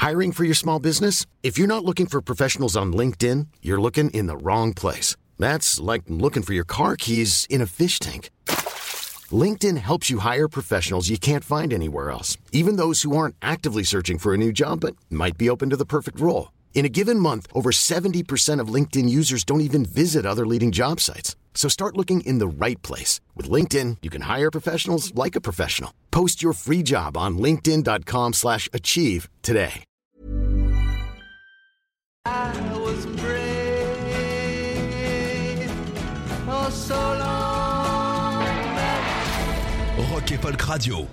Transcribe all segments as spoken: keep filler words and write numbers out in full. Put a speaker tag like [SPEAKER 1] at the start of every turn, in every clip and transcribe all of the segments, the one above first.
[SPEAKER 1] Hiring for your small business? If you're not looking for professionals on LinkedIn, you're looking in the wrong place. That's like looking for your car keys in a fish tank. LinkedIn helps you hire professionals you can't find anywhere else, even those who aren't actively searching for a new job but might be open to the perfect role. In a given month, over seventy percent of LinkedIn users don't even visit other leading job sites. So start looking in the right place. With LinkedIn, you can hire professionals like a professional. Post your free job on linkedin.com slash achieve today.
[SPEAKER 2] I was brave for so long.
[SPEAKER 3] Rock et Folk Radio.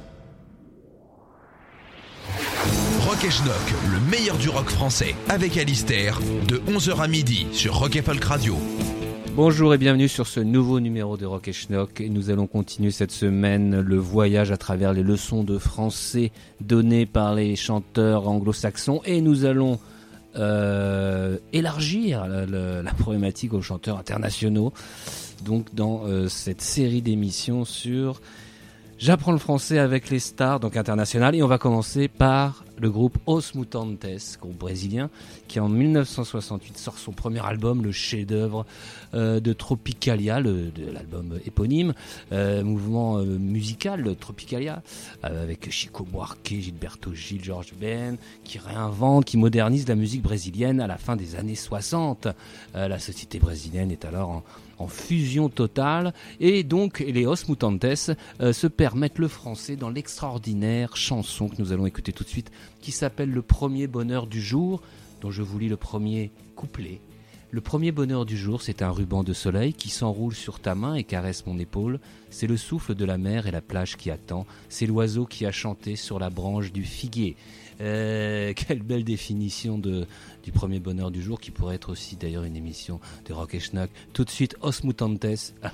[SPEAKER 3] Rock et Schnock, le meilleur du rock français, avec Alistair, de onze heures à midi sur Rock et Folk Radio.
[SPEAKER 4] Bonjour et bienvenue sur ce nouveau numéro de Rock et Schnock. Nous allons continuer cette semaine le voyage à travers les leçons de français données par les chanteurs anglo-saxons et nous allons euh, élargir la, la, la problématique aux chanteurs internationaux. Donc dans euh, cette série d'émissions sur J'apprends le français avec les stars, donc internationales, et on va commencer par le groupe Os Mutantes, groupe brésilien, qui en dix-neuf cent soixante-huit sort son premier album, le chef-d'œuvre euh, de Tropicalia, le, de l'album éponyme, euh, mouvement euh, musical de Tropicalia, euh, avec Chico Buarque, Gilberto Gil, George Ben, qui réinvente, qui modernise la musique brésilienne à la fin des années soixante. Euh, la société brésilienne est alors en en fusion totale, et donc les Os Mutantes euh, se permettent le français dans l'extraordinaire chanson que nous allons écouter tout de suite, qui s'appelle Le premier bonheur du jour, dont je vous lis le premier couplet. Le premier bonheur du jour, c'est un ruban de soleil qui s'enroule sur ta main et caresse mon épaule. C'est le souffle de la mer et la plage qui attend. C'est l'oiseau qui a chanté sur la branche du figuier. Euh, quelle belle définition de, du premier bonheur du jour, qui pourrait être aussi d'ailleurs une émission de Rock et Schnock. Tout de suite, Os Mutantes.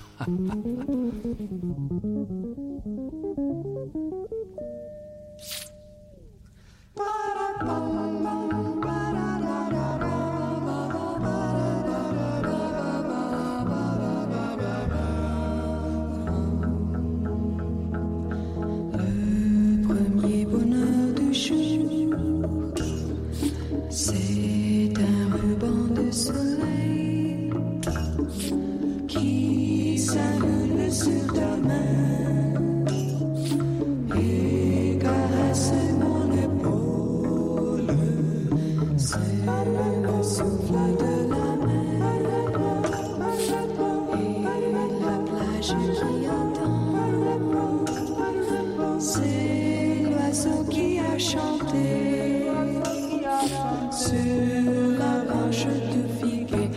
[SPEAKER 5] C'est un ruban de soleil qui s'enroule sur ta main et caresse mon épaule. C'est le souffle de la mer et la plage qui entend. C'est l'oiseau qui a chanté sur la branche du figuier.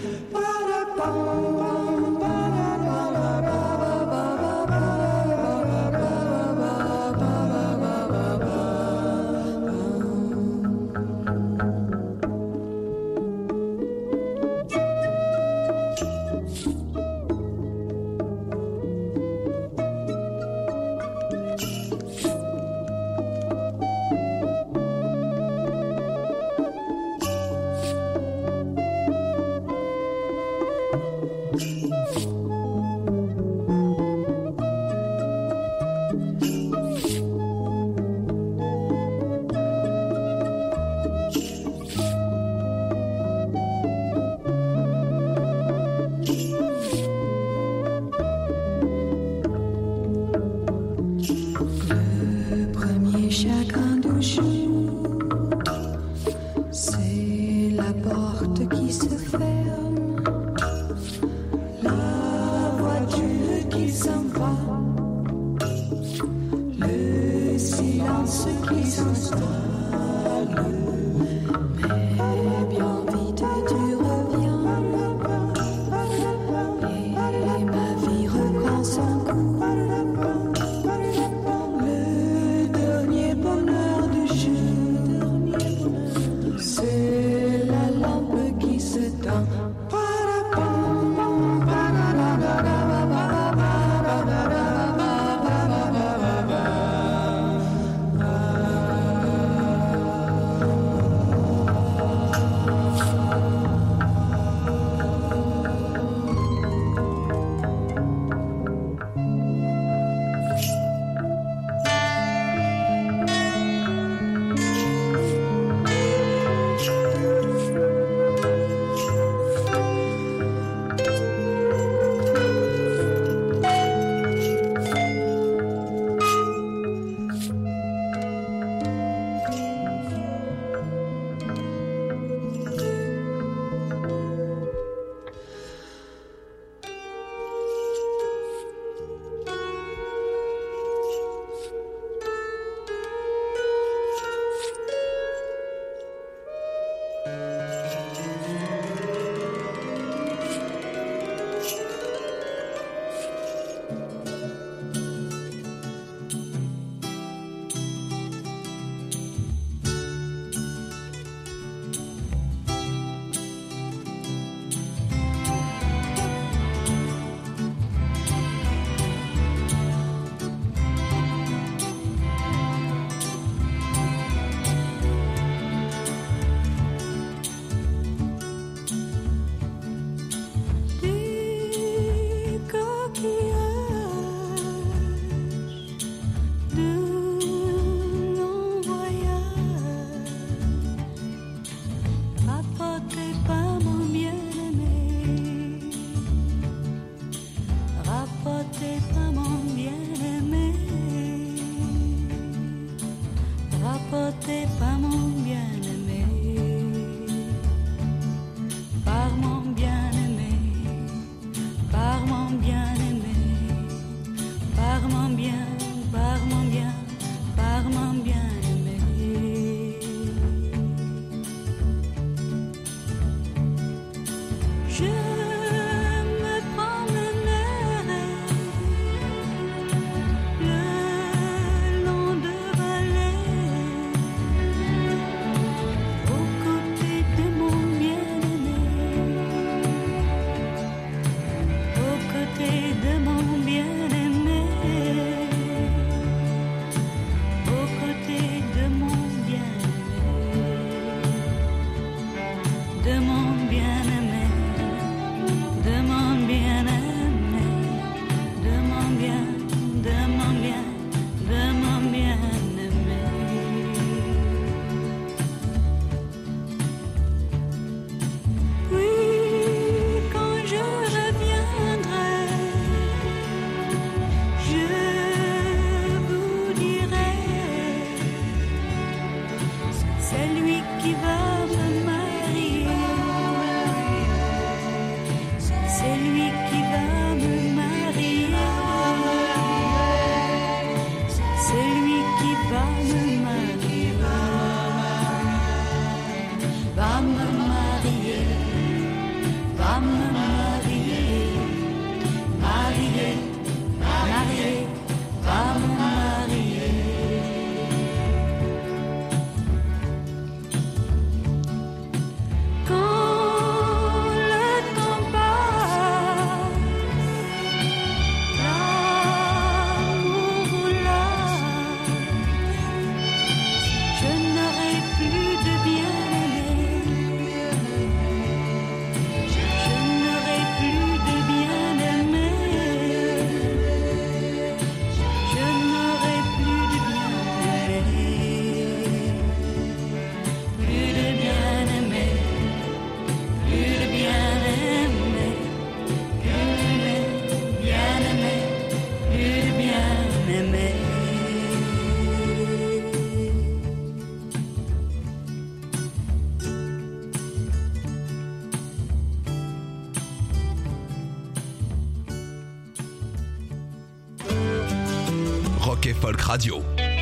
[SPEAKER 3] et folk radio.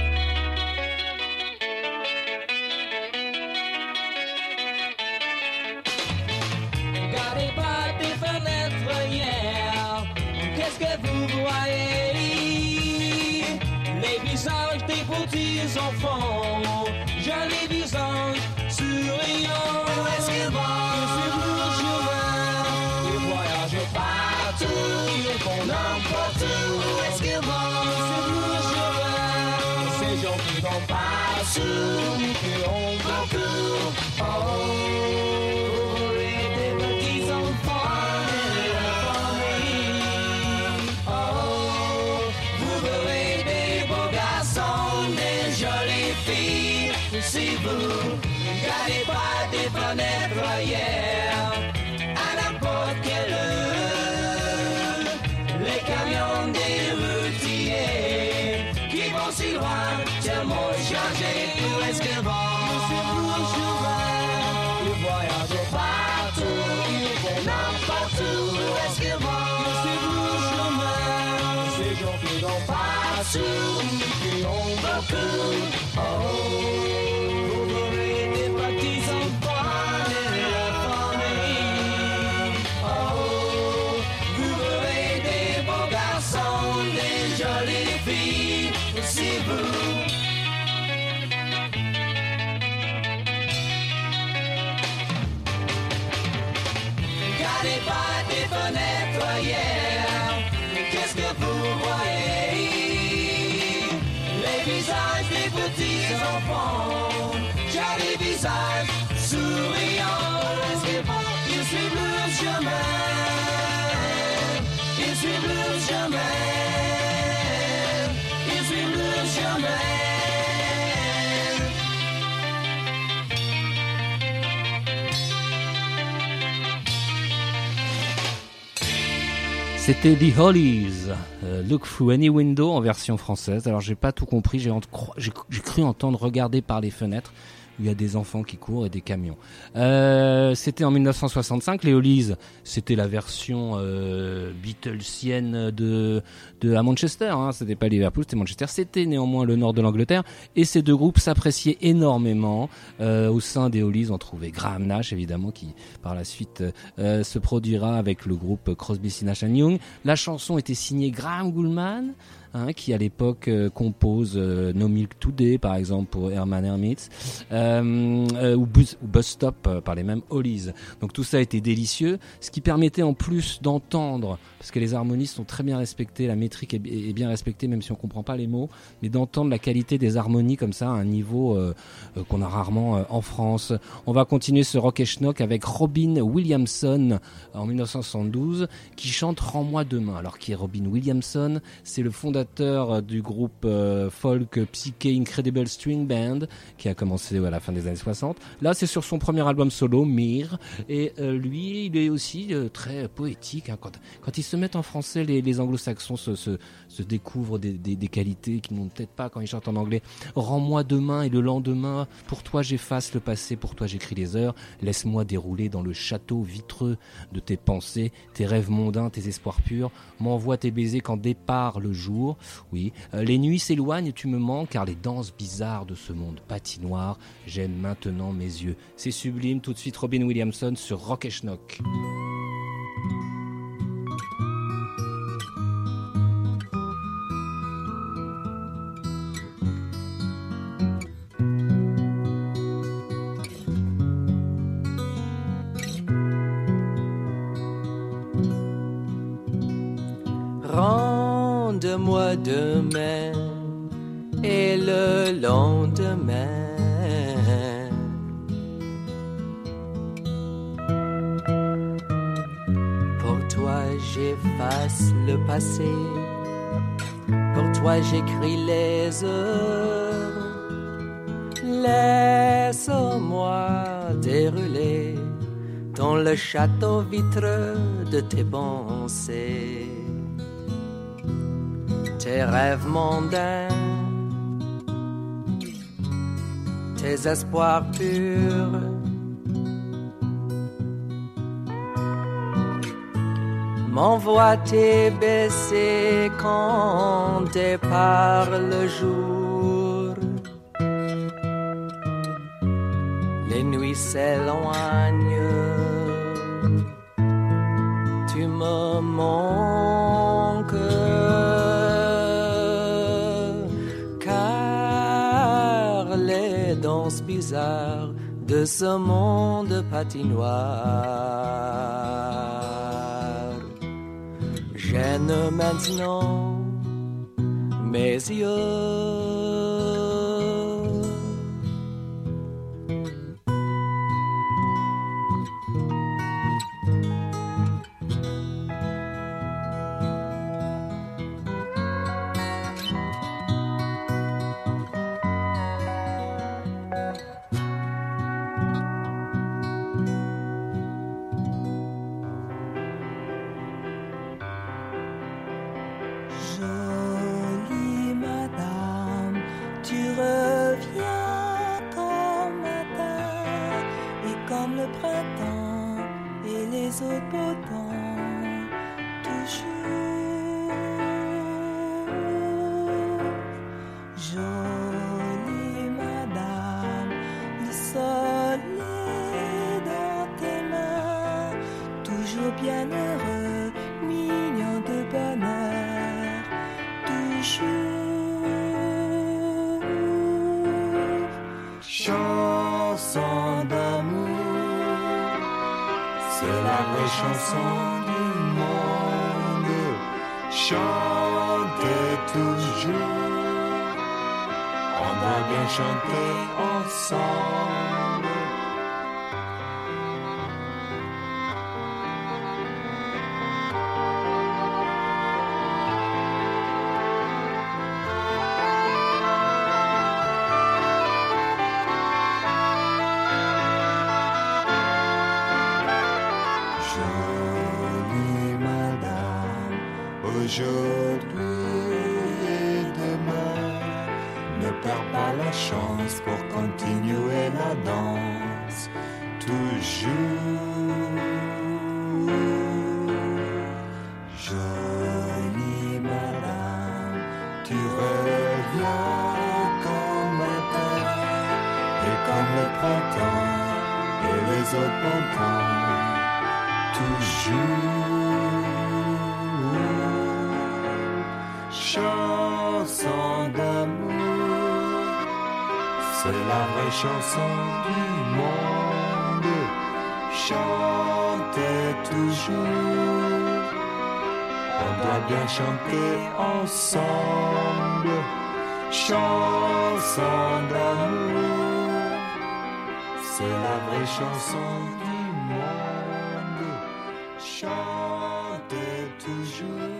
[SPEAKER 2] Regardez pas des fenêtres hier, qu'est-ce que vous voyez? Les visages des petits enfants, jolis visages souriants. Où est-ce qu'ils vont? Ils suivent le chemin, ils voyagent partout, ils vont n'importe où. Où est-ce qu'ils vont? Ils suivent le chemin, ces gens qui vont partout, qui ont beaucoup. Oh. Si vous gardez pas des fenêtres hier, à n'importe quelle heure, les camions des routiers qui vont si loin, tellement chargés, où est-ce qu'ils vont? C'est pour le chemin, ils voyagent partout, ils vont n'importe où, où est-ce qu'ils vont? C'est pour le chemin, ces gens qui vont partout, qui ont beaucoup, oh. Regardez pas des fenêtres hier, qu'est-ce que vous voyez? Les visages des petits enfants, jolis visages souriants. Est-ce qu'ils vont? Ils suivent le chemin, ils suivent le chemin, ils suivent le chemin.
[SPEAKER 4] C'était The Hollies, euh, Look Through Any Window en version française. Alors j'ai pas tout compris, j'ai, ent- j'ai, j'ai cru entendre regarder par les fenêtres où il y a des enfants qui courent et des camions. Euh, c'était en dix-neuf cent soixante-cinq, les Hollies, c'était la version euh, Beatlesienne de, de à Manchester, hein. C'était pas Liverpool, c'était Manchester, c'était néanmoins le nord de l'Angleterre, et ces deux groupes s'appréciaient énormément. Euh, au sein des Hollies, on trouvait Graham Nash, évidemment, qui par la suite euh, se produira avec le groupe Crosby, Stills, Nash and Young. La chanson était signée Graham Gouldman, hein, qui à l'époque euh, compose euh, No Milk Today par exemple pour Herman Hermits, euh, euh, ou, Bus, ou Bus Stop euh, par les mêmes Hollies. Donc tout ça était délicieux, ce qui permettait en plus d'entendre, parce que les harmonies sont très bien respectées, la métrique est, est bien respectée même si on comprend pas les mots, mais d'entendre la qualité des harmonies comme ça à un niveau euh, euh, qu'on a rarement euh, en France. On va continuer ce rock et schnock avec Robin Williamson en dix-neuf cent soixante-douze qui chante Rends-moi demain. Alors qui est Robin Williamson? C'est le fondateur du groupe euh, folk psyché Incredible String Band qui a commencé à la fin des années soixante. Là c'est sur son premier album solo Mir, et euh, lui il est aussi euh, très poétique, hein. Quand, quand ils se mettent en français, les, les anglo-saxons se, se, se découvrent des, des, des qualités qu'ils n'ont peut-être pas quand ils chantent en anglais. Rends-moi demain et le lendemain, pour toi j'efface le passé, pour toi j'écris les heures, laisse-moi dérouler dans le château vitreux de tes pensées, tes rêves mondains, tes espoirs purs, m'envoie tes baisers quand départ le jour. Oui, euh, les nuits s'éloignent, tu me manques, car les danses bizarres de ce monde patinoire, j'aime maintenant mes yeux. C'est sublime, tout de suite Robin Williamson sur Rock et Schnock.
[SPEAKER 6] Rends-moi demain et le lendemain. Pour toi j'efface le passé, pour toi j'écris les heures. Laisse-moi dérouler dans le château vitreux de tes pensées. Tes rêves mondains, tes espoirs purs, m'envoie tes baisers comptés par le jour. Les nuits s'éloignent, tu me manques, car les danses bizarres de ce monde patinoire gênent maintenant mes yeux.
[SPEAKER 2] Chanson d'amour, c'est la vraie chanson du monde. Chantez toujours, on doit bien chanter ensemble. Aujourd'hui et demain, ne perds pas la chance pour continuer la danse. Toujours, jolie madame, tu reviens comme matin et comme le printemps et les autres printemps. Toujours. Chanson d'amour, c'est la vraie chanson du monde. Chantez toujours, on doit bien chanter ensemble. Chanson d'amour, c'est la vraie chanson du monde. Chantez toujours.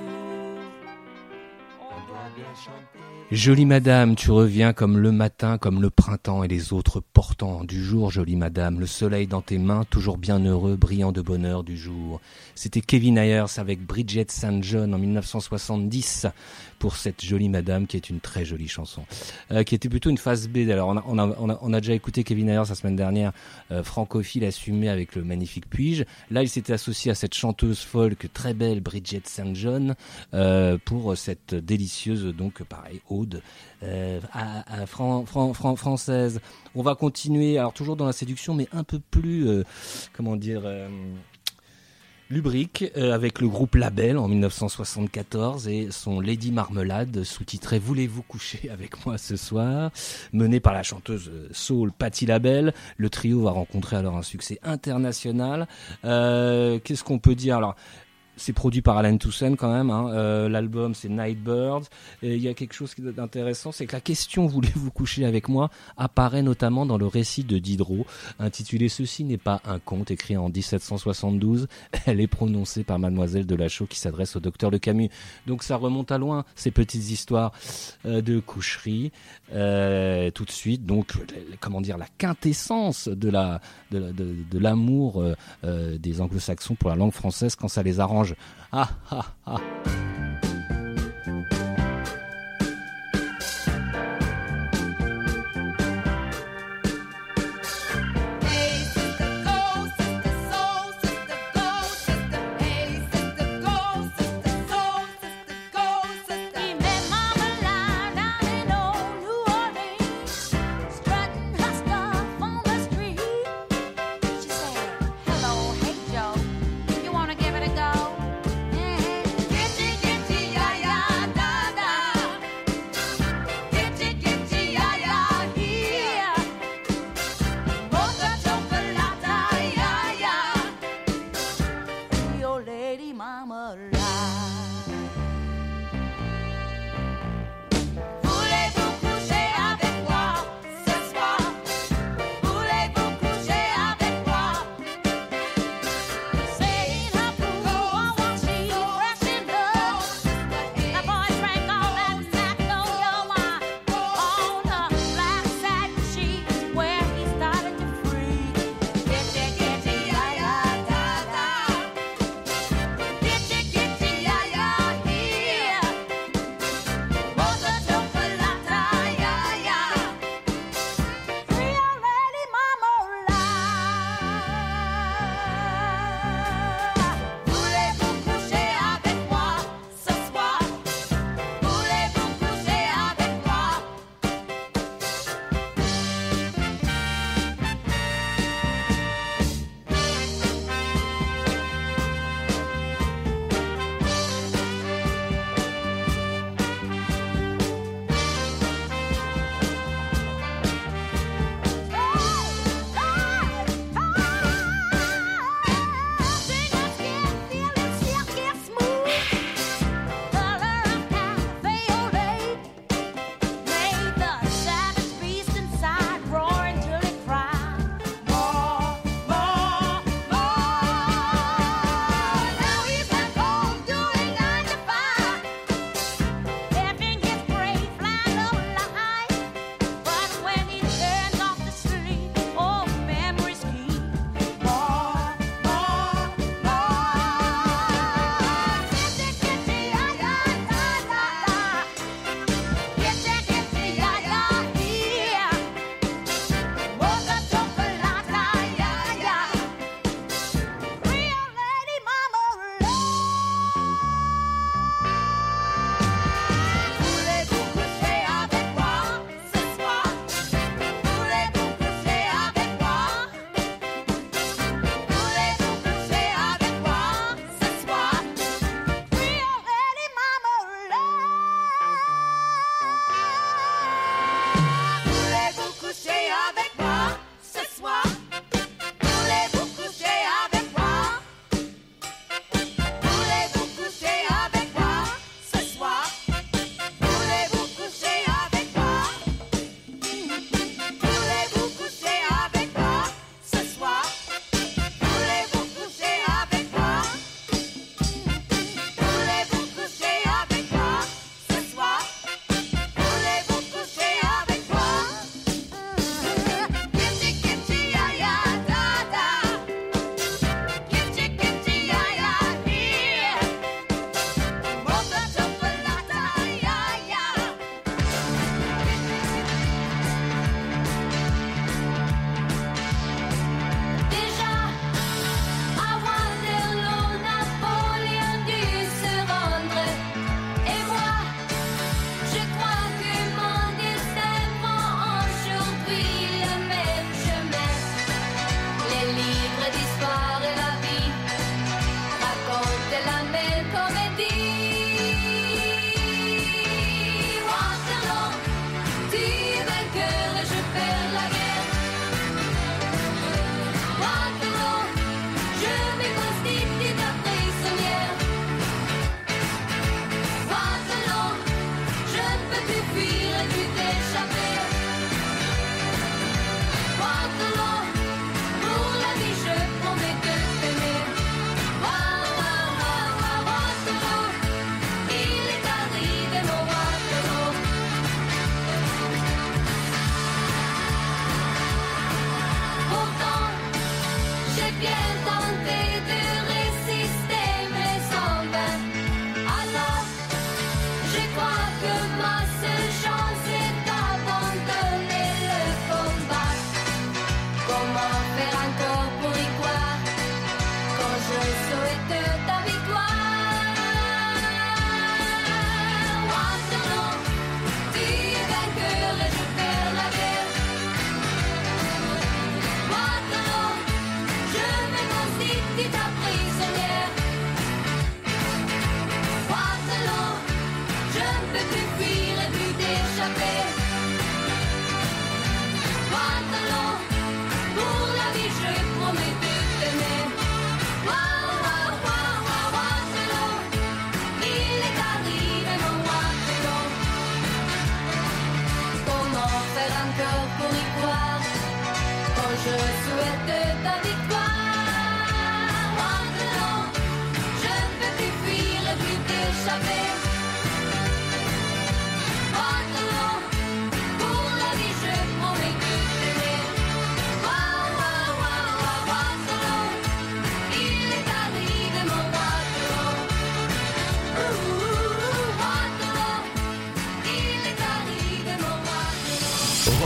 [SPEAKER 4] Jolie madame, tu reviens comme le matin, comme le printemps et les autres portants du jour, jolie madame, le soleil dans tes mains, toujours bien heureux, brillant de bonheur du jour. C'était Kevin Ayers avec Bridget Saint John en dix-neuf cent soixante-dix pour cette jolie madame qui est une très jolie chanson, euh, qui était plutôt une phase B. Alors on a, on a, on a, on a déjà écouté Kevin Ayers la semaine dernière, euh, francophile assumé avec le magnifique Puis-je. Là il s'était associé à cette chanteuse folk très belle Bridget Saint John euh, pour cette délicieuse donc pareil ode euh, à, à fran, fran, fran, française. On va continuer alors toujours dans la séduction mais un peu plus euh, comment dire euh, lubrique euh, avec le groupe Label en dix-neuf cent soixante-quatorze et son Lady Marmelade sous-titré Voulez-vous coucher avec moi ce soir, mené par la chanteuse soul Patti LaBelle. Le trio va rencontrer alors un succès international. Euh, qu'est-ce qu'on peut dire alors? C'est produit par Alan Toussaint quand même, hein. euh, l'album c'est Nightbirds, et il y a quelque chose d'intéressant, c'est que la question « Voulez-vous coucher avec moi ?» apparaît notamment dans le récit de Diderot, intitulé « Ceci n'est pas un conte », écrit en dix-sept cent soixante-douze, elle est prononcée par Mademoiselle de Lachaud qui s'adresse au docteur de Camus. Donc ça remonte à loin, ces petites histoires euh, de coucherie, euh, tout de suite, donc comment dire, la quintessence de la de, de, de l'amour euh, euh, des anglo-saxons pour la langue française quand ça les arrange. Ah ah ah.
[SPEAKER 7] Hey, sister, go, sister, soul, sister, go, sister, hey, sister, go.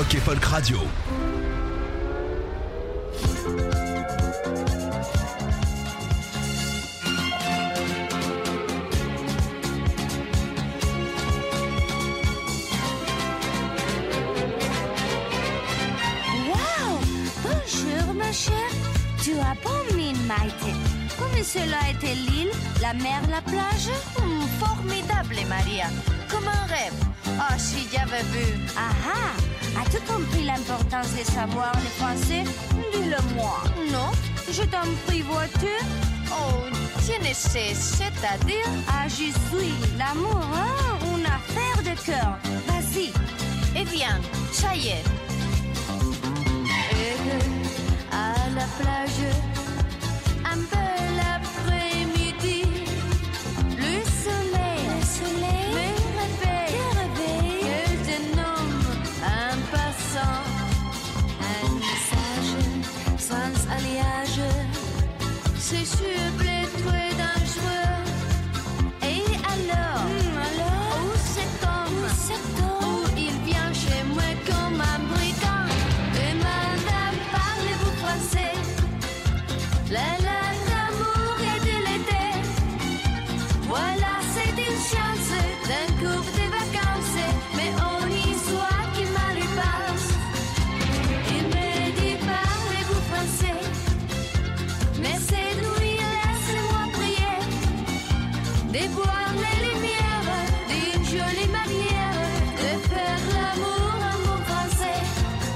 [SPEAKER 3] Rock et Folk Radio.
[SPEAKER 7] Tu as bon mine, Maïté. Comme cela était l'île, la mer, la plage? Hum, formidable, Maria. Comme un rêve. Oh, si j'avais vu. Ah ah. As-tu compris l'importance de savoir le français? Dis-le-moi. Non? Je t'en prie, vois-tu? Oh, je ne sais, c'est-à-dire? Ah, je suis l'amour, hein? Une affaire de cœur. Vas-y. Eh bien, ça y est. Et à la plage, un peu l'après-midi, le soleil, le soleil me réveille, réveille. Que je nomme un passant, un message sans alliage, c'est sublime, très dangereux. Et alors, mmh, alors où cet homme, où cet homme, où il vient chez moi comme un brigand? La langue d'amour et de l'été. Voilà, c'est une chance d'un cours de vacances. Mais on y soit qui mal y passe. Il me dit parlez-vous français? Mais cette nuit, laissez-moi prier de voir les lumières d'une jolie manière de faire l'amour en bon français.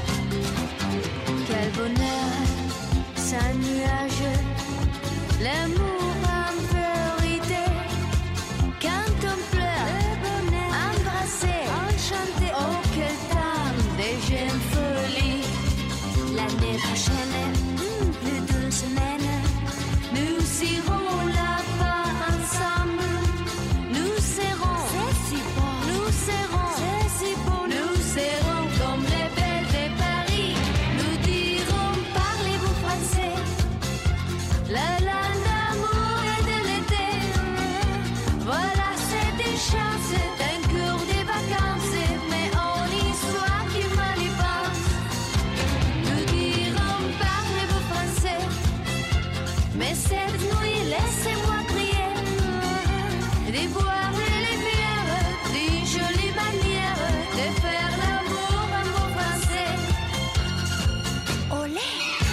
[SPEAKER 7] Quel bonheur, sans nuage, l'amour en vérité. Quand on pleure, le bonheur, embrassé, enchanté. Oh, quel temps de jeune folie. L'année prochaine, hmm, plus d'une semaine, nous irons là-bas ensemble. Nous serons, c'est si beau, nous serons, c'est si beau, nous serons comme les belles de Paris. Nous dirons, parlez-vous français? La langue d'amour et de l'été. Voilà, c'est une chance d'un cours de vacances. Mais on y soit qui mal y pense. Nous dirons, parlez-vous français? Mais cette nuit, laissez-moi prier de voir les lumières d'une jolie manière de faire l'amour en bon français. Olé!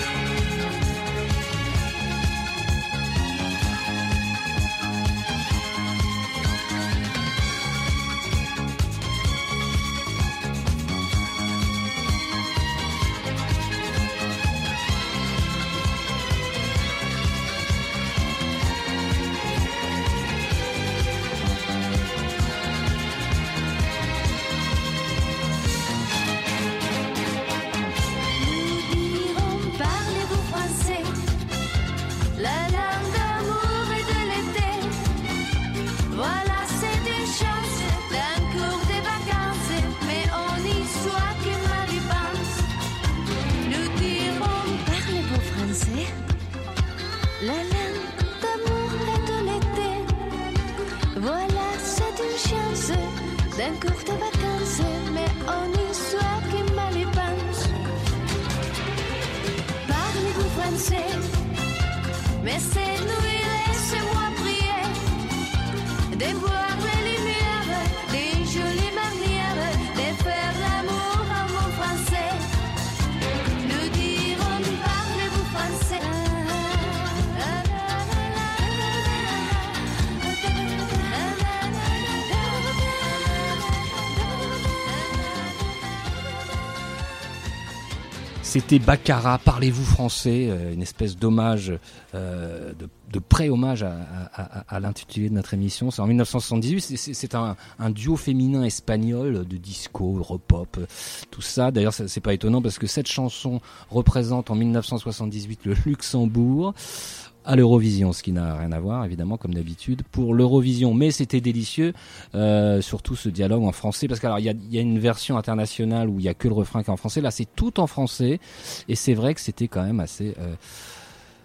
[SPEAKER 7] Nous dirons, parlez-vous français? La langue d'amour et de l'été. Voilà, c'est une chance d'un cours de vacances. Mais on y soit qui mal y pense. Nous dirons, parlez-vous français? La langue d'amour et de l'été. Voilà, c'est une chance d'un cours de vacances. Mais on y soit qui mal y pense. Parlez-vous français? Mais cette nuit, laissez-moi prier de voir les lumières d'une jolie manière de faire l'amour en bon français. Nous dirons, parlez-vous français?
[SPEAKER 4] C'était Baccarat, Parlez-vous français, euh, une espèce d'hommage, euh, de, de pré-hommage à, à, à, à l'intitulé de notre émission. C'est en dix-neuf cent soixante-dix-huit, c'est, c'est, c'est un, un duo féminin espagnol de disco, europop, tout ça. D'ailleurs, c'est, c'est pas étonnant parce que cette chanson représente en dix-neuf cent soixante-dix-huit le Luxembourg à l'Eurovision, ce qui n'a rien à voir, évidemment, comme d'habitude, pour l'Eurovision. Mais c'était délicieux, euh, surtout ce dialogue en français, parce qu'il y a, y a une version internationale où il y a que le refrain qui est en français. Là, c'est tout en français, et c'est vrai que c'était quand même assez... Euh,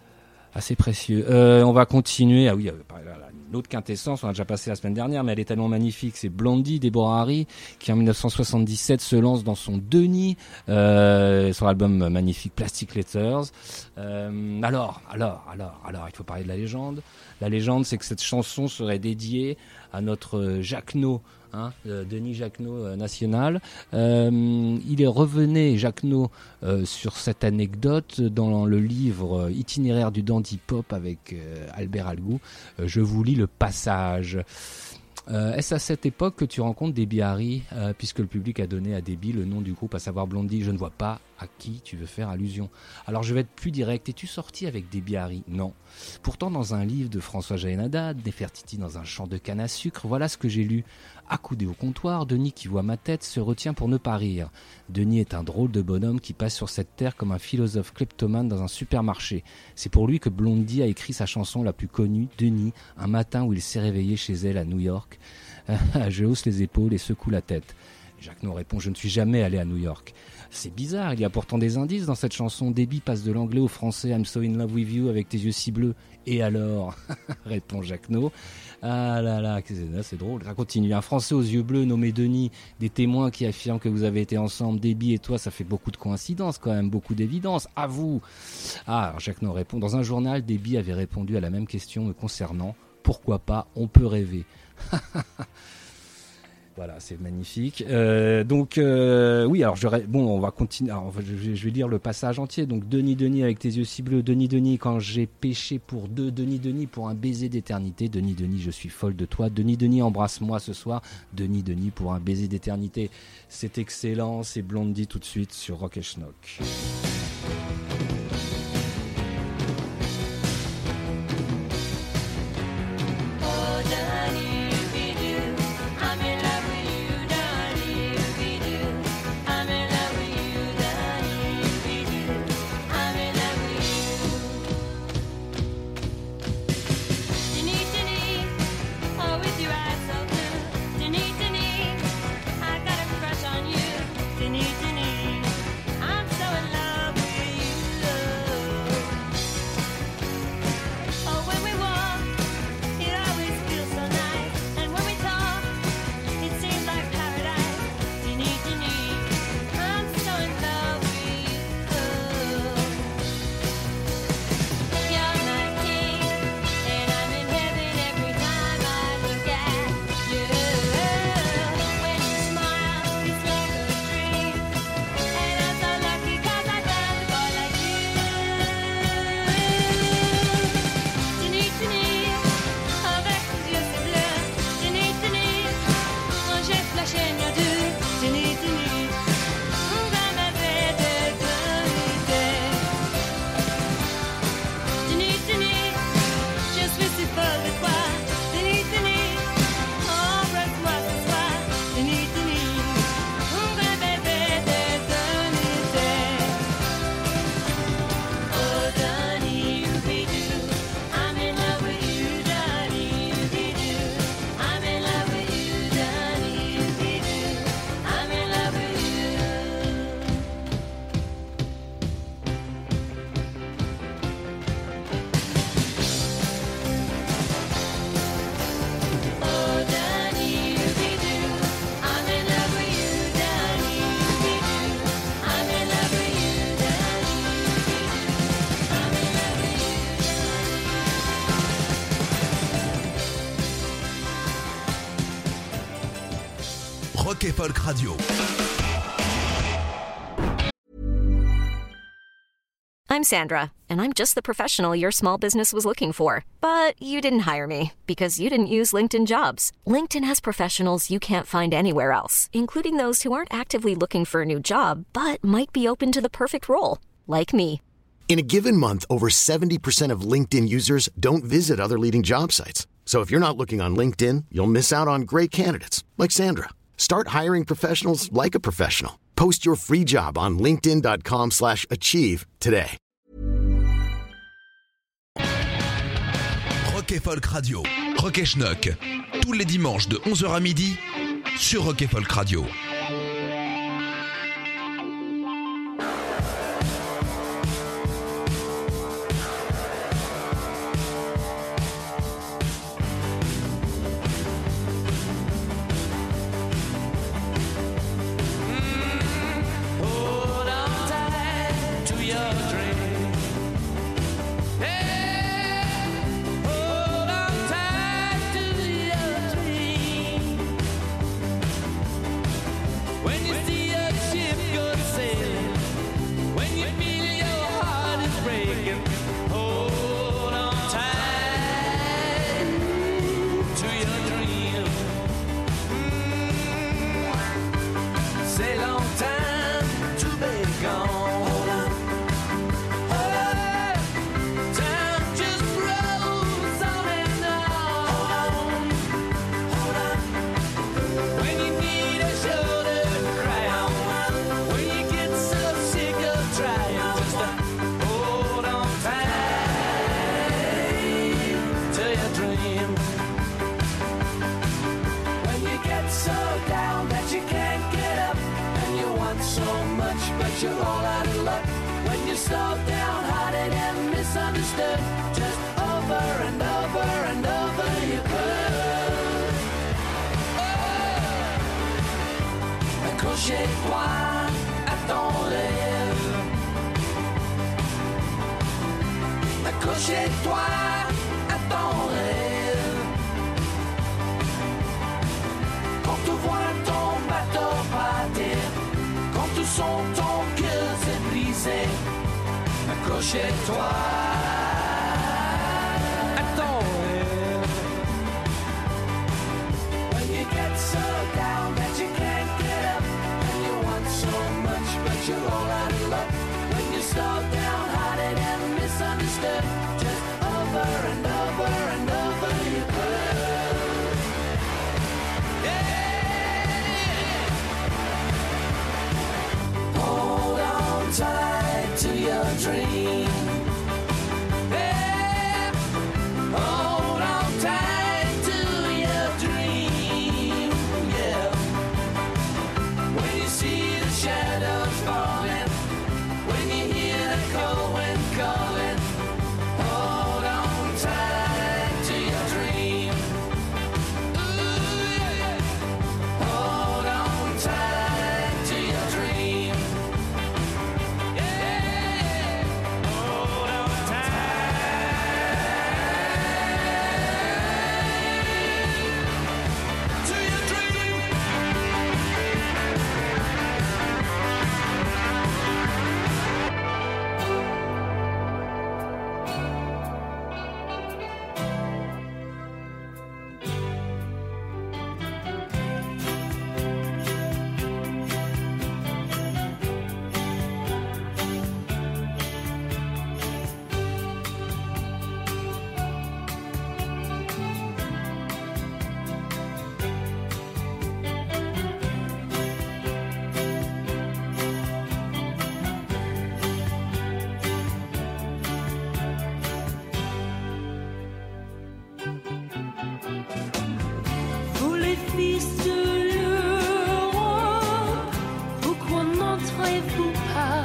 [SPEAKER 4] Assez précieux. Euh, on va continuer. Ah oui, une autre quintessence, on a déjà passé la semaine dernière, mais elle est tellement magnifique. C'est Blondie, Deborah Harry, qui en dix-neuf cent soixante-dix-sept se lance dans son Denis, euh, sur l'album magnifique Plastic Letters. Euh, alors, alors, alors, alors, il faut parler de la légende. La légende, c'est que cette chanson serait dédiée à notre Jacquenot, hein, euh, Denis Jacquenot euh, national. Euh, il est revenu, Jacquenot, euh, sur cette anecdote dans le livre euh, Itinéraire du dandy pop avec euh, Albert Algou. Euh, je vous lis le passage. Euh, est-ce à cette époque que tu rencontres Debbie Harry, euh, puisque le public a donné à Debbie le nom du groupe, à savoir Blondie? Je ne vois pas à qui tu veux faire allusion. Alors je vais être plus direct. Es-tu sorti avec Debbie Harry? Non. Pourtant, dans un livre de François Jaénada, Nefertiti dans un champ de canne à sucre, voilà ce que j'ai lu. Accoudé au comptoir, Denis, qui voit ma tête, se retient pour ne pas rire. Denis est un drôle de bonhomme qui passe sur cette terre comme un philosophe kleptomane dans un supermarché. C'est pour lui que Blondie a écrit sa chanson la plus connue, Denis, un matin où il s'est réveillé chez elle à New York. Je hausse les épaules et secoue la tête. Jacquenot répond: je ne suis jamais allé à New York. C'est bizarre, il y a pourtant des indices dans cette chanson. Debbie passe de l'anglais au français. I'm so in love with you avec tes yeux si bleus. Et alors? Répond Jacquenot. Ah là là, c'est drôle. Ça continue. Un Français aux yeux bleus nommé Denis, des témoins qui affirment que vous avez été ensemble, Debbie et toi, ça fait beaucoup de coïncidences quand même, beaucoup d'évidence. À vous. Ah, alors Jacquenot répond: dans un journal, Debbie avait répondu à la même question me concernant. Pourquoi pas? On peut rêver. Voilà, c'est magnifique. Euh, donc, euh, oui, alors, je, bon, on va continuer. Alors, je, je vais lire le passage entier. Donc, Denis, Denis, avec tes yeux si bleus. Denis, Denis, quand j'ai péché pour deux. Denis, Denis, pour un baiser d'éternité. Denis, Denis, je suis folle de toi. Denis, Denis, embrasse-moi ce soir. Denis, Denis, pour un baiser d'éternité. C'est excellent. C'est Blondie tout de suite sur Rock et Schnock.
[SPEAKER 3] Rock et Folk Radio.
[SPEAKER 8] I'm Sandra, and I'm just the professional your small business was looking for. But you didn't hire me because you didn't use LinkedIn Jobs. LinkedIn has professionals you can't find anywhere else, including those who aren't actively looking for a new job, but might be open to the perfect role, like me.
[SPEAKER 1] In a given month, over seventy percent of LinkedIn users don't visit other leading job sites. So if you're not looking on LinkedIn, you'll miss out on great candidates like Sandra. Start hiring professionals like a professional. Post your free job on linkedin dot com slash achieve today.
[SPEAKER 3] Rock et Folk Radio. Rock et Schnock. Tous les dimanches de onze heures à midi sur Rock et Folk Radio.
[SPEAKER 2] misunderstood. Just over and over and over you could. Oh, accroche-toi à ton rêve. Accroche-toi à ton rêve. Quand tu vois ton bateau partir, quand tu sens ton cœur se briser, accroche-toi à ton rêve. When you get so down that you can't get up, and you want so much but you're all out of luck. When you slow down hearted and misunderstood, just over and over and over you could. Yeah. Hold on tight to your dream. Yeah. Hold on tight to your dream. Yeah. When you see the shadows falling, when you hear the cold wind calling, hold on tight to your dream. Ooh, yeah. Hold on tight to your dream. Yeah. Hold on tight to your dream.
[SPEAKER 5] Vous les fils de l'Europe, pourquoi n'entrez-vous pas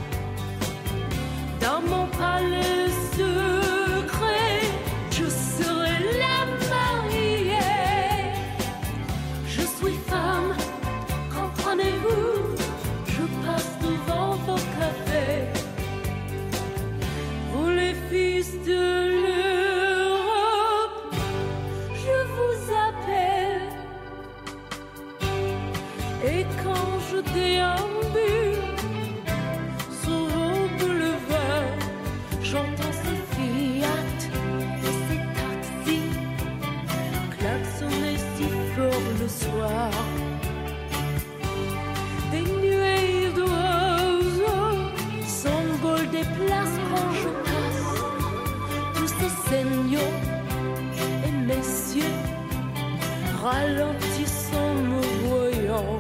[SPEAKER 5] dans mon palais secret? Je serai la mariée. Je suis femme, comprenez-vous? Je passe devant vos cafés. Vous les fils de l'Europe, je vous appelle. Et quand je déambule sur vos boulevards, j'entends ces Fiat et ces taxis klaxonner si fort le soir. Des nuées d'oiseaux s'envolent des places quand je passe. Tous ces seigneurs et messieurs ralentissent en me voyant.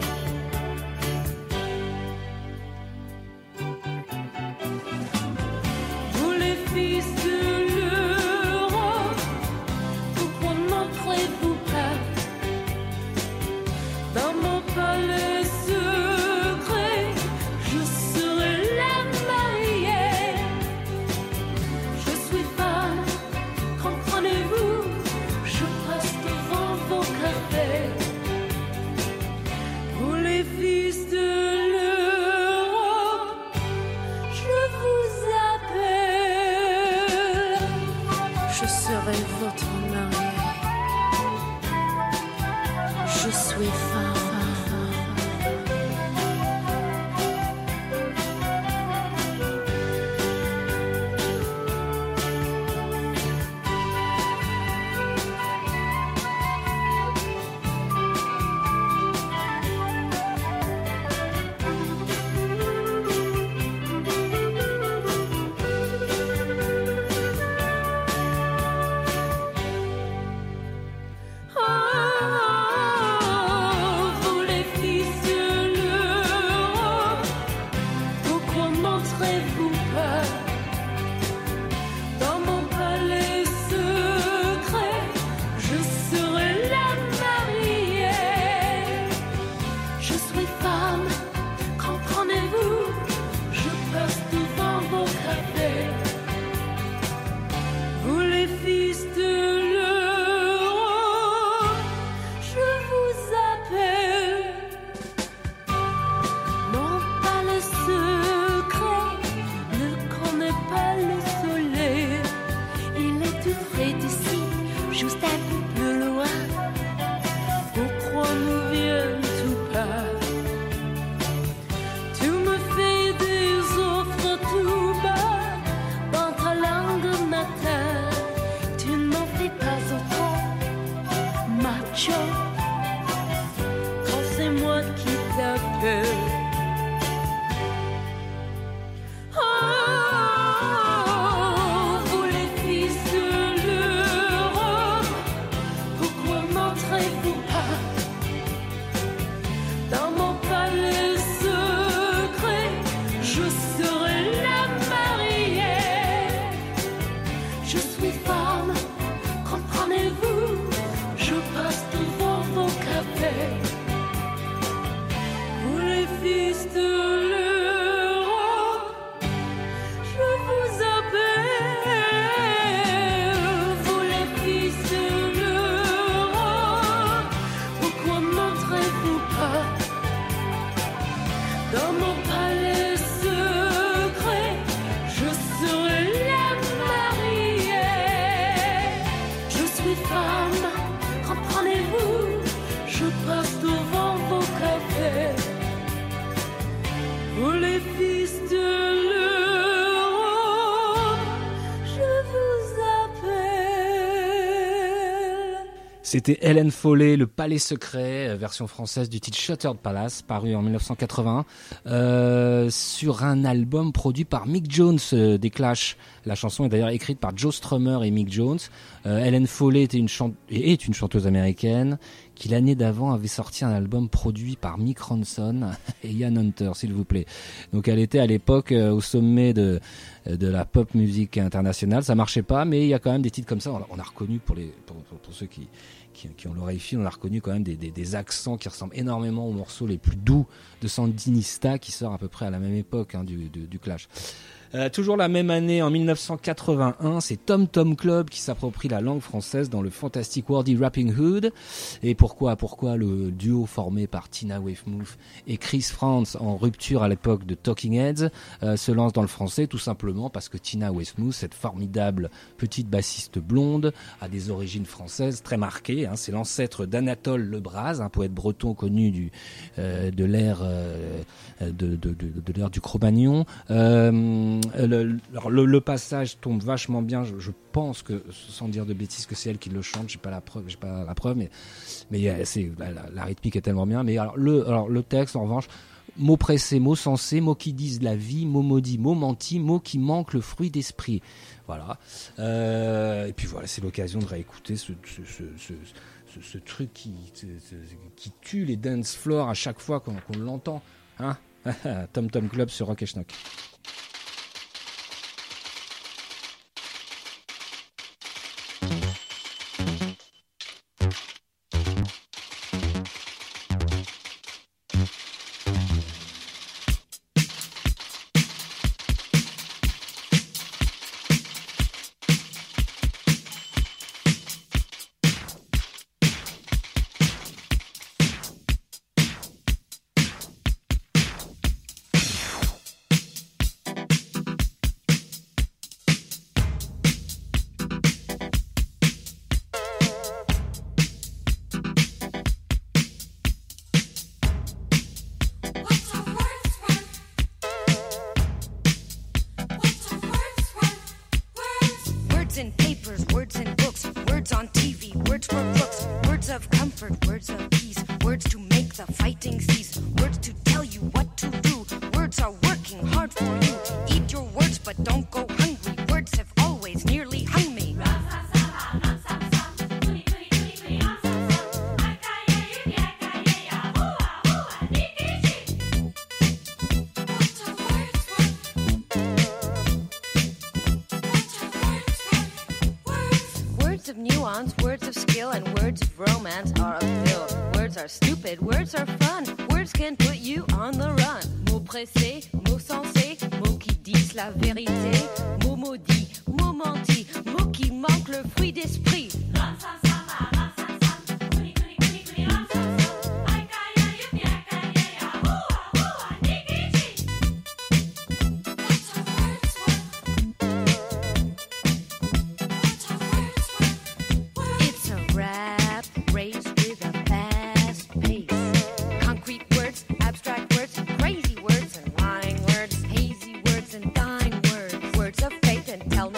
[SPEAKER 5] Vous les fils de l'Europe, pourquoi n'entrez-vous pas dans mon palais secret? Je serai la mariée. Je suis femme, comprenez-vous? Je passe devant vos cafés. Vous les fils de l'Europe, je vous appelle. Je serai votre mariée. Je suis femme. Oh,
[SPEAKER 9] Je suis femme, comprenez-vous? Je passe devant vos cafés. Vous les fils de l'Europe, je vous appelle. Vous les fils de l'Europe, pourquoi n'entrez-vous pas dans mon palais secret? Je serai la mariée. Je suis femme, comprenez-vous? Je passe devant vos cafés. Vous les fils de l'Europe, je vous appelle.
[SPEAKER 4] C'était Hélène Follet, Le Palais Secret, version française du titre Shuttered Palace, paru en dix-neuf cent quatre-vingt-un, euh, sur un album produit par Mick Jones euh, des Clash. La chanson est d'ailleurs écrite par Joe Strummer et Mick Jones. Euh, Hélène Follet était une chante- est une chanteuse américaine qui l'année d'avant avait sorti un album produit par Mick Ronson et Ian Hunter, s'il vous plaît. Donc elle était à l'époque euh, au sommet de de la pop musique internationale. Ça marchait pas, mais il y a quand même des titres comme ça. On a, on a reconnu pour les pour, pour, pour ceux qui Qui, qui ont l'oreille fine, on a reconnu quand même des, des, des accents qui ressemblent énormément aux morceaux les plus doux de Sandinista, qui sort à peu près à la même époque hein, du, du, du Clash. Euh, toujours la même année, en dix-neuf cent quatre-vingt-un, c'est Tom Tom Club qui s'approprie la langue française dans le Fantastic Wordy Rapping Hood. Et pourquoi Pourquoi le duo formé par Tina Weymouth et Chris Frantz, en rupture à l'époque de Talking Heads, euh, se lance dans le français? Tout simplement parce que Tina Weymouth, cette formidable petite bassiste blonde, a des origines françaises très marquées. Hein. C'est l'ancêtre d'Anatole Lebras, un poète breton connu du, euh, de l'ère euh, de, de, de, de l'ère du Cro-Magnon. Euh, Le, le, le passage tombe vachement bien. Je, je pense que, sans dire de bêtises, que c'est elle qui le chante. J'ai pas la preuve, j'ai pas la preuve, mais mais c'est la, la, la rythmique est tellement bien. Mais alors le alors le texte, en revanche, mots pressés, mots sensés, mots qui disent la vie, mots maudits, mots mentis, mots qui manquent le fruit d'esprit. Voilà. Euh, et puis voilà, c'est l'occasion de réécouter ce ce ce, ce, ce, ce truc qui ce, ce, qui tue les dance floors à chaque fois qu'on, qu'on l'entend. Hein. Tom Tom Club sur Rock et Schnock.
[SPEAKER 7] Tell me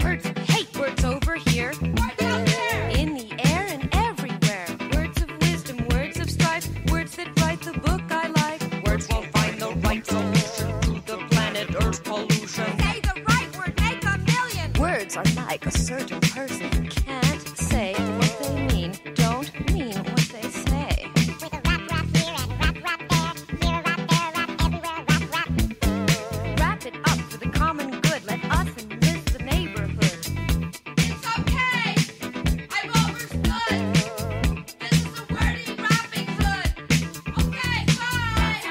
[SPEAKER 7] Words of hate, words over here, words out there, in the air and everywhere. Words of wisdom, words of strife, words that write the book I like. Words will find the right solution to the planet Earth's pollution. Say the right word, make a million. Words are like a certain person who can't say what they mean, don't mean what they say. With a rap, rap here and rap, rap there, here a rap, there, rap, everywhere, rap, rap. Wrap it up for the common good, let us enrich the neighborhood. It's okay, I've overstood. This is a wordy rapping hood. Okay, bye.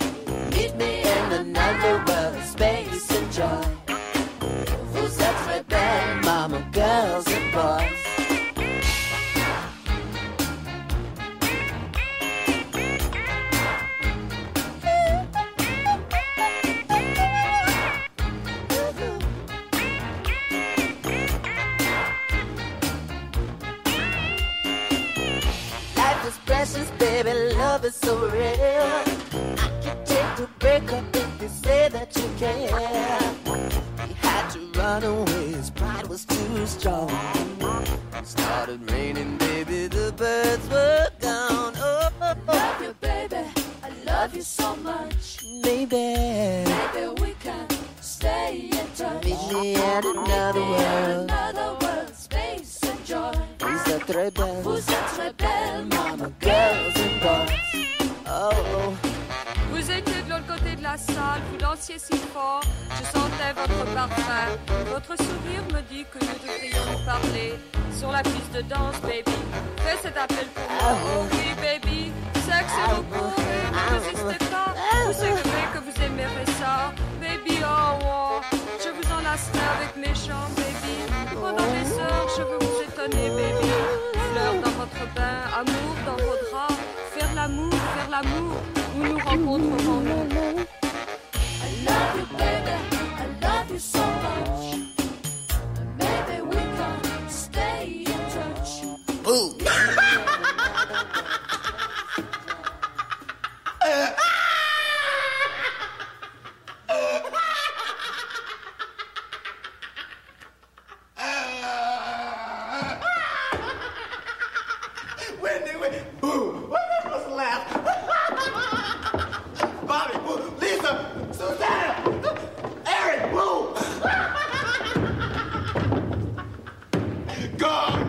[SPEAKER 2] Meet me in another world, space and joy. Who's that rebel?
[SPEAKER 6] baby, love is so real. I can take a break up if you say that you care. He had to run away, his pride was too strong. It started raining, baby, the birds were gone. Oh, oh, oh.
[SPEAKER 9] Love you, baby, I love you so much.
[SPEAKER 6] Baby,
[SPEAKER 9] Maybe we can stay in touch.
[SPEAKER 6] meet me in another world.
[SPEAKER 9] Another world, space and joy.
[SPEAKER 6] Vous êtes très belle,
[SPEAKER 9] Vous êtes très belle, mama.
[SPEAKER 6] girls and boys. Oh, oh.
[SPEAKER 10] Vous étiez de l'autre côté de la salle, vous dansiez si fort, je sentais votre parfum. Votre sourire me dit que nous devrions nous parler sur la piste de danse, baby. Fais cet appel pour moi, oh oui, baby. Sexe et vous pourrez, ne résistez pas. Vous savez que vous aimerez ça, baby. Oh, oh. Je vous enlacerai avec mes chants, baby. Pendant des heures, je veux vous étonner, baby. Fleurs dans votre bain, amour dans vos draps. Faire l'amour, faire l'amour, où nous rencontrerons-nous.
[SPEAKER 9] I love you, baby, I love you so much. Maybe we can stay in touch.
[SPEAKER 6] Boo.
[SPEAKER 2] Wendy, Wendy, boo! What that was laugh? Bobby, boo! Lisa, Susanna, Eric, boo! Gong!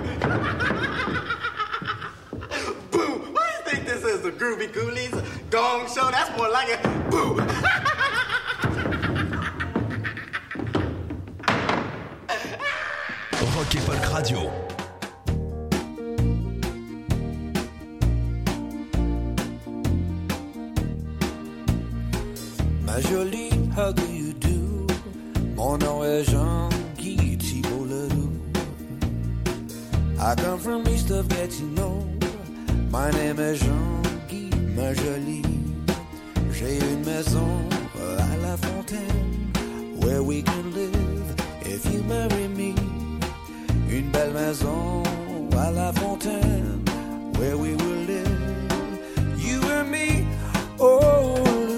[SPEAKER 2] Boo! What do you think this is? The Groovy Ghoulies Gong Show? That's more like it. Boo!
[SPEAKER 3] Rock et Folk Radio.
[SPEAKER 11] Ma jolie, how do you do? Mon nom est Jean-Guy Thibault-Ledoux. I come from east of Gatineau. My name is Jean-Guy, ma jolie. J'ai une maison à La Fontaine, where we can live if you marry me. Une belle maison à La Fontaine, where we will live, you and me. Oh,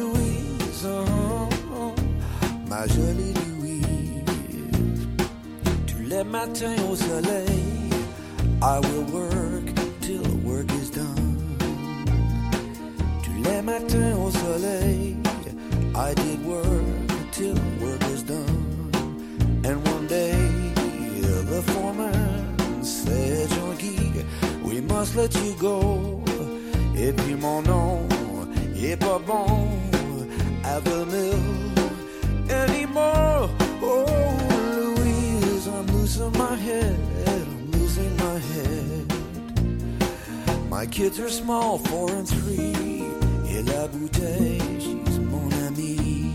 [SPEAKER 11] ma jolie Louise, tous les matins au soleil, I will work till the work is done. Tous les matins au soleil, I did work till the work is done. And one day, the foreman said, Jean-Guy, we must let you go. Et puis mon nom est pas bon at the mill anymore. Oh, Louise, I'm losing my head, I'm losing my head. My kids are small, four and three. Et la bouteille, she's mon amie.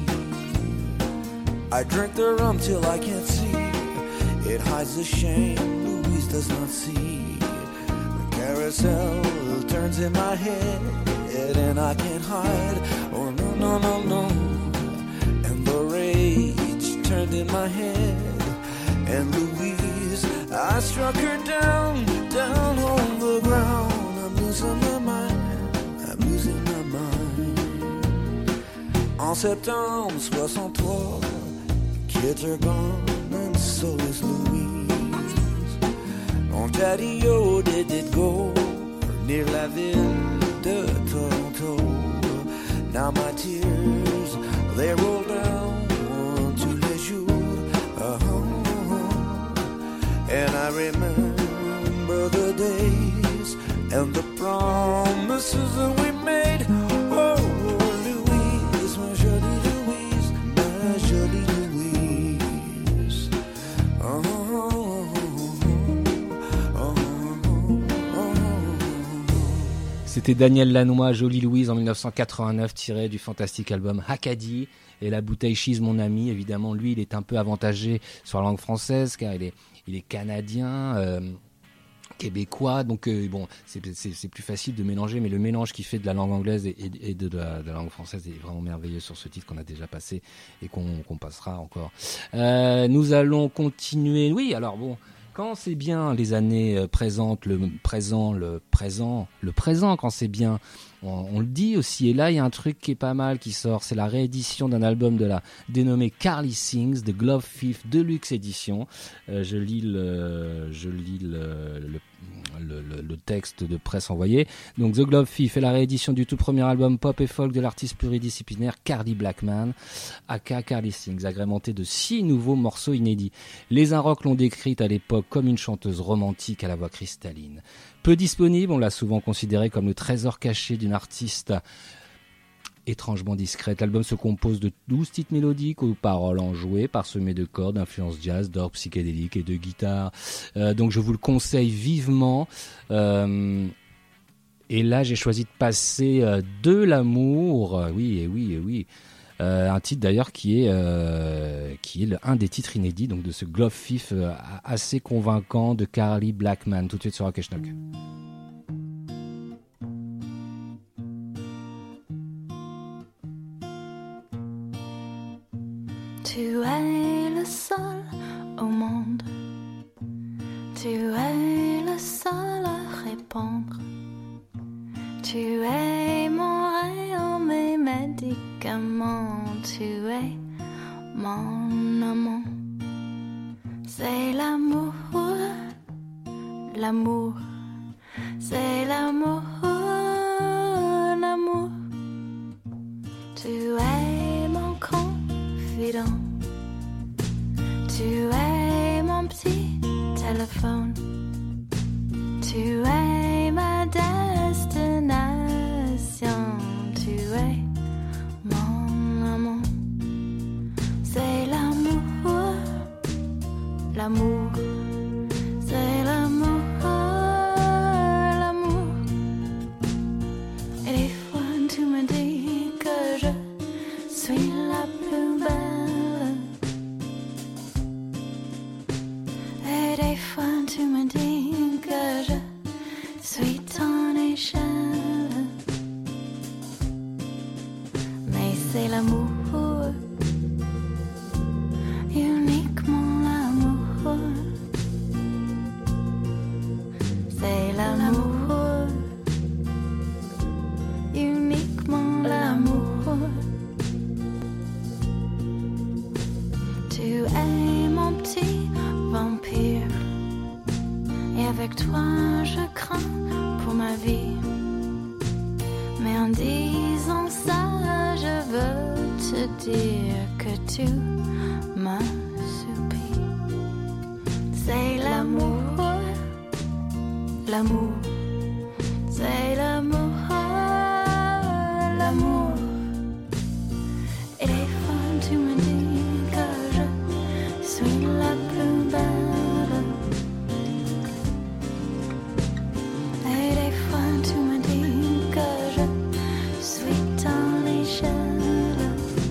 [SPEAKER 11] I drink the rum till I can't see. It hides the shame Louise does not see. The carousel turns in my head, and I can't hide. Oh, no, no, no, no. Rage turned in my head, and Louise, I struck her down, down on the ground. I'm losing my mind, I'm losing my mind. En septembre soixante-trois, kids are gone and so is Louise. Mon daddy-o did it go near la ville de Toronto. Now my tears, they roll down and I remember the days and the promises that we made. Oh, Louise, my jolie Louise, my jolie Louise. Oh, oh, oh, oh, oh.
[SPEAKER 4] C'était Daniel Lanois, Jolie Louise en dix-neuf cent quatre-vingt-neuf, tiré du fantastique album Acadie. Et la bouteille Cheese, mon ami, évidemment, lui, il est un peu avantagé sur la langue française, car il est, il est canadien, euh, québécois, donc euh, bon, c'est, c'est, c'est plus facile de mélanger, mais le mélange qu'il fait de la langue anglaise et, et, et de, de, la, de la langue française est vraiment merveilleux sur ce titre qu'on a déjà passé et qu'on, qu'on passera encore. Euh, nous allons continuer, oui, alors bon, Quand c'est bien les années euh, présentes, le présent, le présent, le présent, quand c'est bien, on, on le dit aussi. Et là, il y a un truc qui est pas mal qui sort. C'est la réédition d'un album de la dénommée Carly Sings, The Glove Thief Deluxe Edition. Euh, je lis le, je lis le, le Le, le, le texte de presse envoyé. Donc The Glove Thief est la réédition du tout premier album pop et folk de l'artiste pluridisciplinaire Cardi Blackman, aka Carly Sings, agrémenté de six nouveaux morceaux inédits. Les Inrocks l'ont décrite à l'époque comme une chanteuse romantique à la voix cristalline. Peu disponible, on l'a souvent considérée comme le trésor caché d'une artiste étrangement discrète. L'album se compose de douze titres mélodiques aux paroles enjouées, parsemés de cordes, d'influences jazz, d'orgue psychédélique et de guitare. Euh, donc je vous le conseille vivement. Euh, et là, j'ai choisi de passer euh, de l'amour. Euh, oui, et oui, et oui. Euh, un titre d'ailleurs qui est, euh, qui est le, un des titres inédits donc de ce Glove Thief euh, assez convaincant de Carly Blackman. Tout de suite sur Rock et Schnock.
[SPEAKER 7] Tu es le seul au monde, tu es le seul à répondre, tu es mon rayon, mes médicaments, tu es mon amant. C'est l'amour, l'amour, c'est l'amour, l'amour. Tu es mon confident, tu es mon petit téléphone, tu es ma destination, tu es mon amant. C'est l'amour, l'amour, c'est l'amour, l'amour. Et des fois tu me dis que je suis la plus belle, et des fois tu me dis que je suis ton échelle. Mais c'est l'amour, uniquement l'amour. C'est l'amour, uniquement l'amour. Tu es mon petit vampire, et avec toi je crains pour ma vie. Mais en disant ça, je veux te dire que tu m'assoupis. C'est l'amour, l'amour, c'est l'amour, l'amour. Et des fois tu me dis que je suis la plus belle, et des fois tu me dis que je suis ton échelle.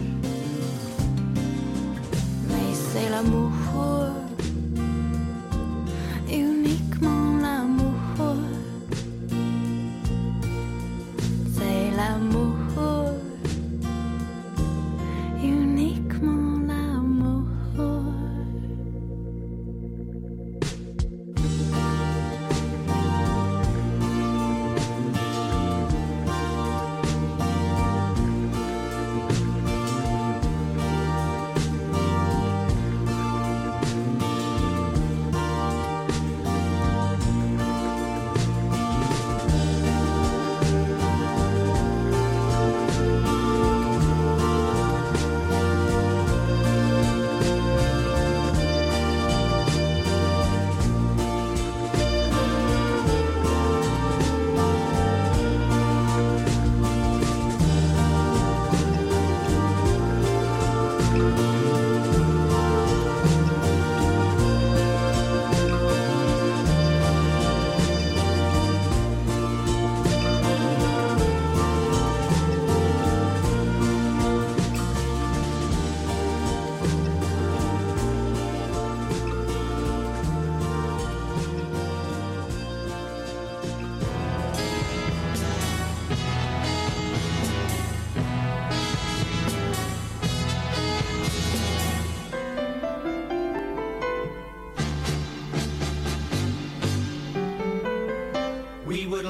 [SPEAKER 7] Mais c'est l'amour, uniquement l'amour.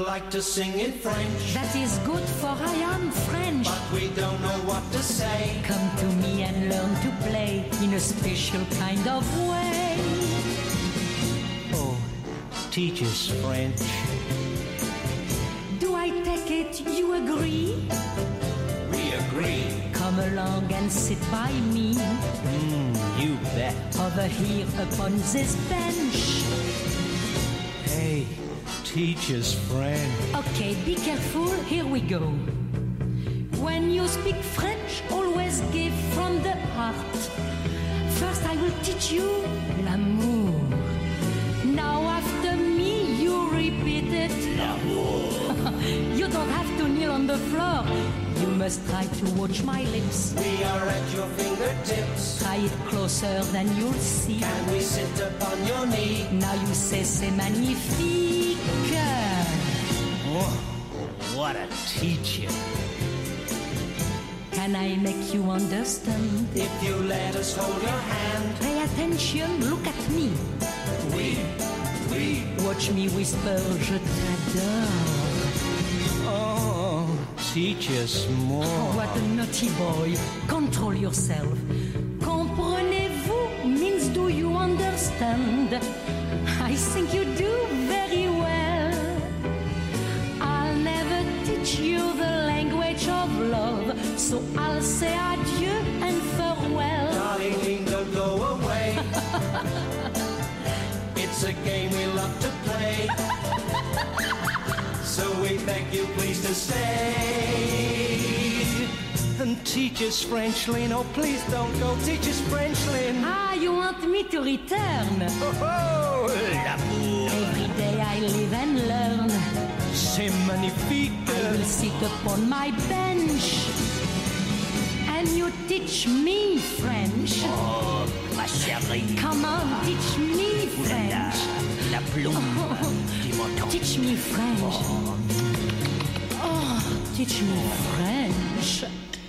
[SPEAKER 2] like to sing in French.
[SPEAKER 12] That is good, for I am French.
[SPEAKER 2] But we don't know what to say.
[SPEAKER 12] Come to me and learn to play in a special kind of way.
[SPEAKER 2] Oh, teach us French.
[SPEAKER 12] Do I take it you agree?
[SPEAKER 2] We agree.
[SPEAKER 12] Come along and sit by me.
[SPEAKER 2] Mm, you bet.
[SPEAKER 12] Over here upon this bench.
[SPEAKER 2] Hey, teach us French.
[SPEAKER 12] Okay, be careful, here we go. When you speak French, always give from the heart. First I will teach you l'amour. Now after me, you repeat it.
[SPEAKER 2] L'amour.
[SPEAKER 12] You don't have to kneel on the floor. You must try to watch my lips.
[SPEAKER 2] We are at your fingertips.
[SPEAKER 12] Try it closer than you'll see.
[SPEAKER 2] Can we sit upon your knee?
[SPEAKER 12] Now you say c'est magnifique.
[SPEAKER 2] Oh, what a teacher.
[SPEAKER 12] Can I make you understand?
[SPEAKER 2] If you let us hold your hand.
[SPEAKER 12] Pay attention, look at me.
[SPEAKER 2] We, we.
[SPEAKER 12] Watch me whisper, je t'adore.
[SPEAKER 2] Oh, teach us more.
[SPEAKER 12] Oh, what a naughty boy. Control yourself. Comprenez-vous means do you understand? I think you do very well. I'll never teach you the language of love, so I'll say adieu and farewell.
[SPEAKER 2] Darling, don't go away. It's a game we love to play. So we beg you please to stay. And teach us French, Lynn. Oh, please don't go. Teach us French, Lynn.
[SPEAKER 12] Ah, you want me to return?
[SPEAKER 2] Oh, oh, l'amour.
[SPEAKER 12] Every day I live and learn.
[SPEAKER 2] C'est magnifique.
[SPEAKER 12] I will sit upon my bench. And you teach me French.
[SPEAKER 2] Oh, ma chérie.
[SPEAKER 12] Come on, teach me French.
[SPEAKER 2] La, la plume.
[SPEAKER 12] Oh,
[SPEAKER 2] tu m'entends?
[SPEAKER 12] teach me French.
[SPEAKER 2] Oh.
[SPEAKER 12] Oh, teach me French.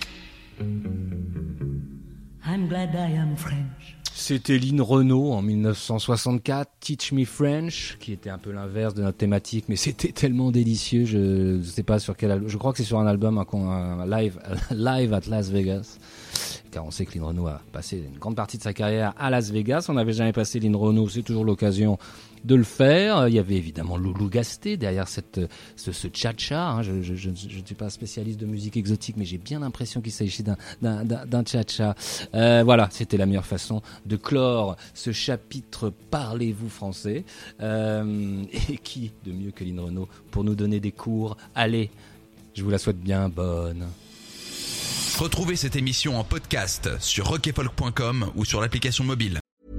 [SPEAKER 12] I'm glad I am French.
[SPEAKER 4] C'était Lynn Renaud en mille neuf cent soixante-quatre, Teach Me French, qui était un peu l'inverse de notre thématique, mais c'était tellement délicieux. Je ne sais pas sur quel album. Je crois que c'est sur un album, un, un live, live at Las Vegas. Car on sait que Lynn Renaud a passé une grande partie de sa carrière à Las Vegas. On n'avait jamais passé Lynn Renaud, c'est toujours l'occasion de le faire. Il y avait évidemment Loulou Gasté derrière cette, ce, ce cha-cha. Hein. Je, je, je, je ne suis pas spécialiste de musique exotique, mais j'ai bien l'impression qu'il s'agit d'un, d'un, d'un, d'un cha-cha. Euh, voilà, c'était la meilleure façon de clore ce chapitre Parlez-vous français. Euh, et qui de mieux que Lynn Renaud pour nous donner des cours. Allez, je vous la souhaite bien bonne.
[SPEAKER 3] Retrouvez cette émission en podcast sur rock et folk point com ou sur l'application mobile.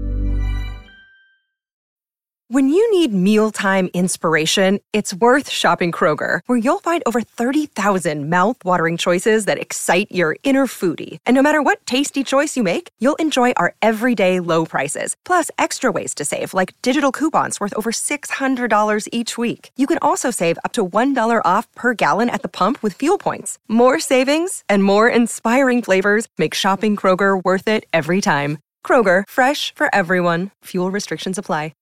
[SPEAKER 13] When you need mealtime inspiration, it's worth shopping Kroger, where you'll find over thirty thousand mouth-watering choices that excite your inner foodie. And no matter what tasty choice you make, you'll enjoy our everyday low prices, plus extra ways to save, like digital coupons worth over six hundred dollars each week. You can also save up to one dollar off per gallon at the pump with fuel points. More savings and more inspiring flavors make shopping Kroger worth it every time. Kroger, fresh for everyone. Fuel restrictions apply.